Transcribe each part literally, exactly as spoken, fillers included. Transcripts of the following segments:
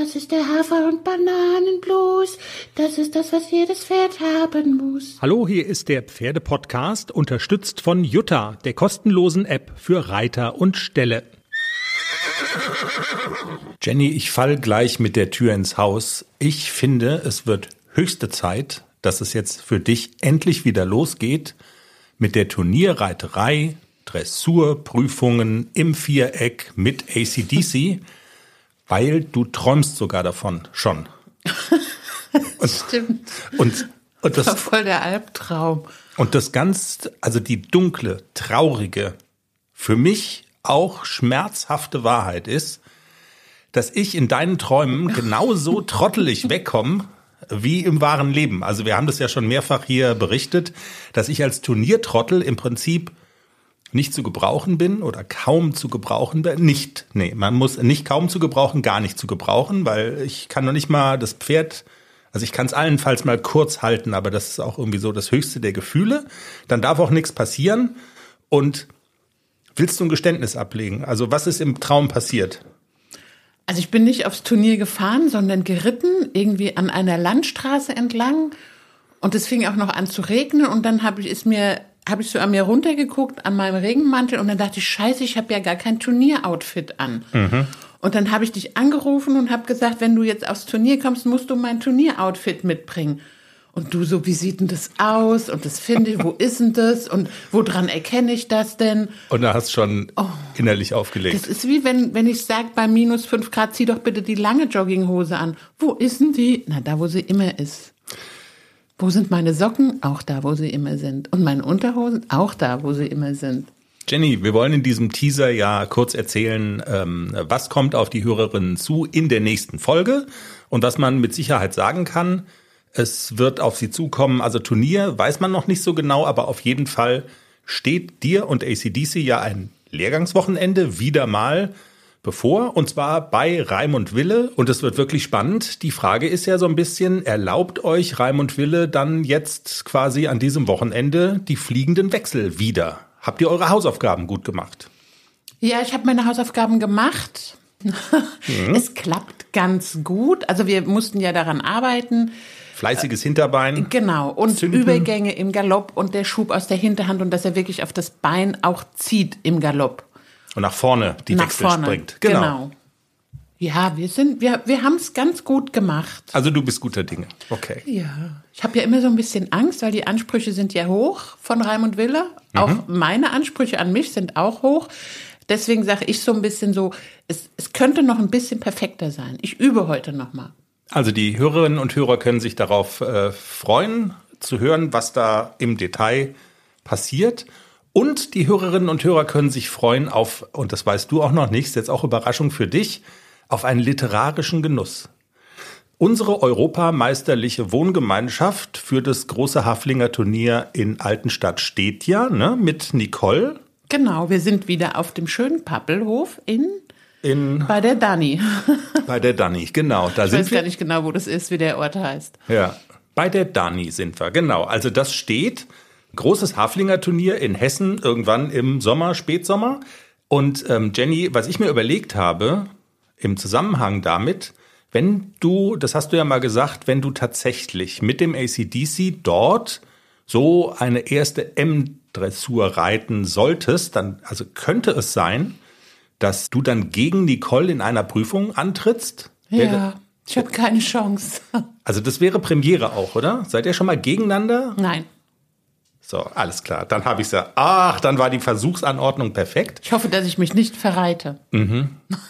Das ist der Hafer- und Bananenblues. Das ist das, was jedes Pferd haben muss. Hallo, hier ist der Pferdepodcast, unterstützt von Jutta, der kostenlosen App für Reiter und Ställe. Jenny, ich fall gleich mit der Tür ins Haus. Ich finde, es wird höchste Zeit, dass es jetzt für dich endlich wieder losgeht mit der Turnierreiterei, Dressur, Prüfungen im Viereck mit A C D C, weil du träumst sogar davon schon. Und, stimmt. Und, und das war voll der Albtraum. Und das ganz, also die dunkle, traurige, für mich auch schmerzhafte Wahrheit ist, dass ich in deinen Träumen genauso trottelig wegkomme wie im wahren Leben. Also wir haben das ja schon mehrfach hier berichtet, dass ich als Turniertrottel im Prinzip nicht zu gebrauchen bin oder kaum zu gebrauchen bin. Nicht, nee, man muss nicht kaum zu gebrauchen, gar nicht zu gebrauchen, weil ich kann noch nicht mal das Pferd, also ich kann es allenfalls mal kurz halten, aber das ist auch irgendwie so das höchste der Gefühle. Dann darf auch nichts passieren. Und willst du ein Geständnis ablegen? Also was ist im Traum passiert? Also ich bin nicht aufs Turnier gefahren, sondern geritten, irgendwie an einer Landstraße entlang. Und es fing auch noch an zu regnen. Und dann habe ich es mir, habe ich so an mir runtergeguckt, an meinem Regenmantel. Und dann dachte ich, scheiße, ich habe ja gar kein Turnieroutfit an. Mhm. Und dann habe ich dich angerufen und habe gesagt, wenn du jetzt aufs Turnier kommst, musst du mein Turnieroutfit mitbringen. Und du so, wie sieht denn das aus? Und das finde ich, wo ist denn das? Und woran erkenne ich das denn? Und da hast du schon oh, innerlich aufgelegt. Das ist wie wenn, wenn ich sage, bei minus fünf Grad, zieh doch bitte die lange Jogginghose an. Wo ist denn die? Na, da, wo sie immer ist. Wo sind meine Socken? Auch da, wo sie immer sind. Und meine Unterhosen? Auch da, wo sie immer sind. Jenny, wir wollen in diesem Teaser ja kurz erzählen, ähm, was kommt auf die Hörerinnen zu in der nächsten Folge. Und was man mit Sicherheit sagen kann, es wird auf sie zukommen, also Turnier weiß man noch nicht so genau, aber auf jeden Fall steht dir und A C D C ja ein Lehrgangswochenende wieder mal bevor, und zwar bei Reim und Wille, und es wird wirklich spannend. Die Frage ist ja so ein bisschen, erlaubt euch Reim und Wille dann jetzt quasi an diesem Wochenende die fliegenden Wechsel wieder? Habt ihr eure Hausaufgaben gut gemacht? Ja, ich habe meine Hausaufgaben gemacht. Mhm. Es klappt ganz gut, also wir mussten ja daran arbeiten. Fleißiges Hinterbein. Genau, und Zünden. Übergänge im Galopp und der Schub aus der Hinterhand und dass er wirklich auf das Bein auch zieht im Galopp. Und nach vorne die nach Wechsel vorne. Springt. Genau. genau. Ja, wir sind, wir, wir haben es ganz gut gemacht. Also du bist guter Dinge. Okay. Ja. Ich habe ja immer so ein bisschen Angst, weil die Ansprüche sind ja hoch von Reim und Wille. Mhm. Auch meine Ansprüche an mich sind auch hoch. Deswegen sage ich so ein bisschen so, es, es könnte noch ein bisschen perfekter sein. Ich übe heute noch mal. Also die Hörerinnen und Hörer können sich darauf äh, freuen, zu hören, was da im Detail passiert. Und die Hörerinnen und Hörer können sich freuen auf, und das weißt du auch noch nicht, ist jetzt auch Überraschung für dich, auf einen literarischen Genuss. Unsere europameisterliche Wohngemeinschaft für das große Haflinger Turnier in Altenstadt steht ja, ne, mit Nicole. Genau, wir sind wieder auf dem schönen Pappelhof in... In, bei der Dani. Bei der Dani, genau. Da ich sind weiß wir. gar nicht genau, wo das ist, wie der Ort heißt. Ja, bei der Dani sind wir, genau. Also das steht, großes Haflinger Turnier in Hessen, irgendwann im Sommer, Spätsommer. Und ähm, Jenny, was ich mir überlegt habe, im Zusammenhang damit, wenn du, das hast du ja mal gesagt, wenn du tatsächlich mit dem A C D C dort so eine erste M-Dressur reiten solltest, dann also könnte es sein, dass du dann gegen Nicole in einer Prüfung antrittst? Ja, wäre, ich habe keine Chance. Also das wäre Premiere auch, oder? Seid ihr schon mal gegeneinander? Nein. So, alles klar. Dann habe ich ja. Ach, dann war die Versuchsanordnung perfekt. Ich hoffe, dass ich mich nicht verreite. Mhm.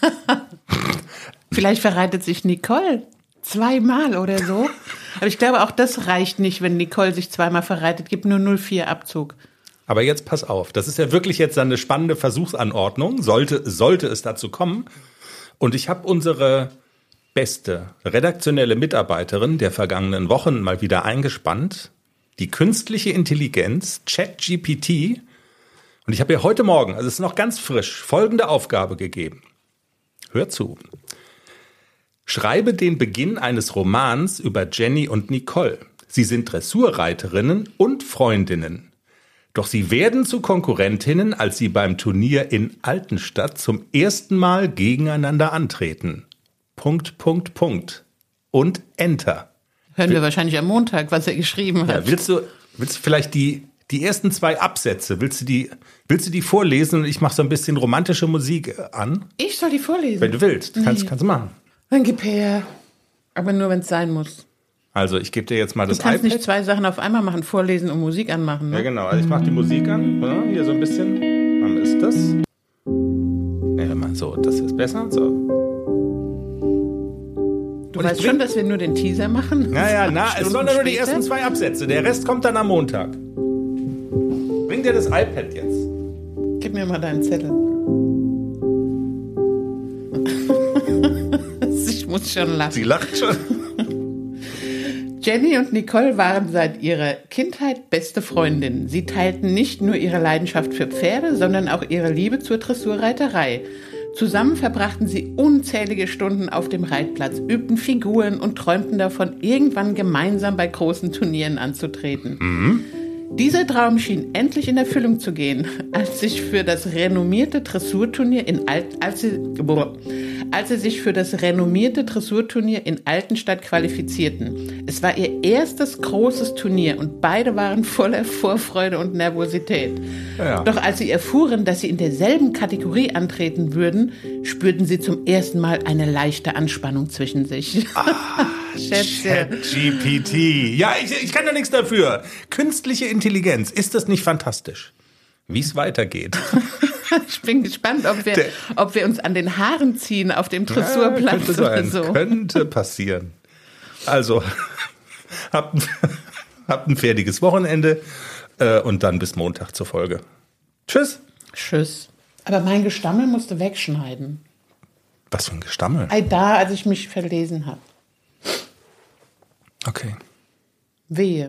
Vielleicht verreitet sich Nicole zweimal oder so. Aber ich glaube, auch das reicht nicht, wenn Nicole sich zweimal verreitet. Gibt nur null Komma vier Abzug. Aber jetzt pass auf, das ist ja wirklich jetzt eine spannende Versuchsanordnung, sollte, sollte es dazu kommen. Und ich habe unsere beste redaktionelle Mitarbeiterin der vergangenen Wochen mal wieder eingespannt, die künstliche Intelligenz, ChatGPT. Und ich habe ihr heute Morgen, also es ist noch ganz frisch, folgende Aufgabe gegeben. Hör zu. Schreibe den Beginn eines Romans über Jenny und Nicole. Sie sind Dressurreiterinnen und Freundinnen. Doch sie werden zu Konkurrentinnen, als sie beim Turnier in Altenstadt zum ersten Mal gegeneinander antreten. Punkt, Punkt, Punkt. Und Enter. Hören wir wahrscheinlich am Montag, was er geschrieben hat. Ja, willst du, willst du vielleicht die, die ersten zwei Absätze, willst du die, willst du die vorlesen und ich mache so ein bisschen romantische Musik an? Ich soll die vorlesen? Wenn du willst, kannst, Nee. kannst du machen. Dann gib her. Aber nur, wenn es sein muss. Also ich gebe dir jetzt mal das Du kannst iPad. nicht zwei Sachen auf einmal machen, vorlesen und Musik anmachen. Ne? Ja genau, also ich mache die Musik an, ja, hier so ein bisschen. Dann ist das. Ja, hör mal, so, das ist besser. So. Du Und weißt ich schon, bring- dass wir nur den Teaser machen? Naja, na, es Stunden sollen nur die später? ersten zwei Absätze. Der Rest kommt dann am Montag. Bring dir das iPad jetzt. Gib mir mal deinen Zettel. Ich muss schon lachen. Sie lacht schon. Jenny und Nicole waren seit ihrer Kindheit beste Freundinnen. Sie teilten nicht nur ihre Leidenschaft für Pferde, sondern auch ihre Liebe zur Dressurreiterei. Zusammen verbrachten sie unzählige Stunden auf dem Reitplatz, übten Figuren und träumten davon, irgendwann gemeinsam bei großen Turnieren anzutreten. Mhm. Dieser Traum schien endlich in Erfüllung zu gehen, als sich für das renommierte Dressurturnier in Alt, als sie, boah, als sie sich für das renommierte Dressurturnier in Altenstadt qualifizierten. Es war ihr erstes großes Turnier und beide waren voller Vorfreude und Nervosität. Ja. Doch als sie erfuhren, dass sie in derselben Kategorie antreten würden, spürten sie zum ersten Mal eine leichte Anspannung zwischen sich. Schätze. G P T. Ja, ich, ich kann ja nichts dafür. Künstliche Intelligenz. Ist das nicht fantastisch? Wie es weitergeht. Ich bin gespannt, ob wir, Der- ob wir uns an den Haaren ziehen auf dem Dressurplatz könnte oder sein. so. Könnte passieren. Also, habt, ein- habt ein fertiges Wochenende äh, und dann bis Montag zur Folge. Tschüss. Tschüss. Aber mein Gestammel musste wegschneiden. Was für ein Gestammel. Ei, da, als ich mich verlesen habe. Okay. Wehe.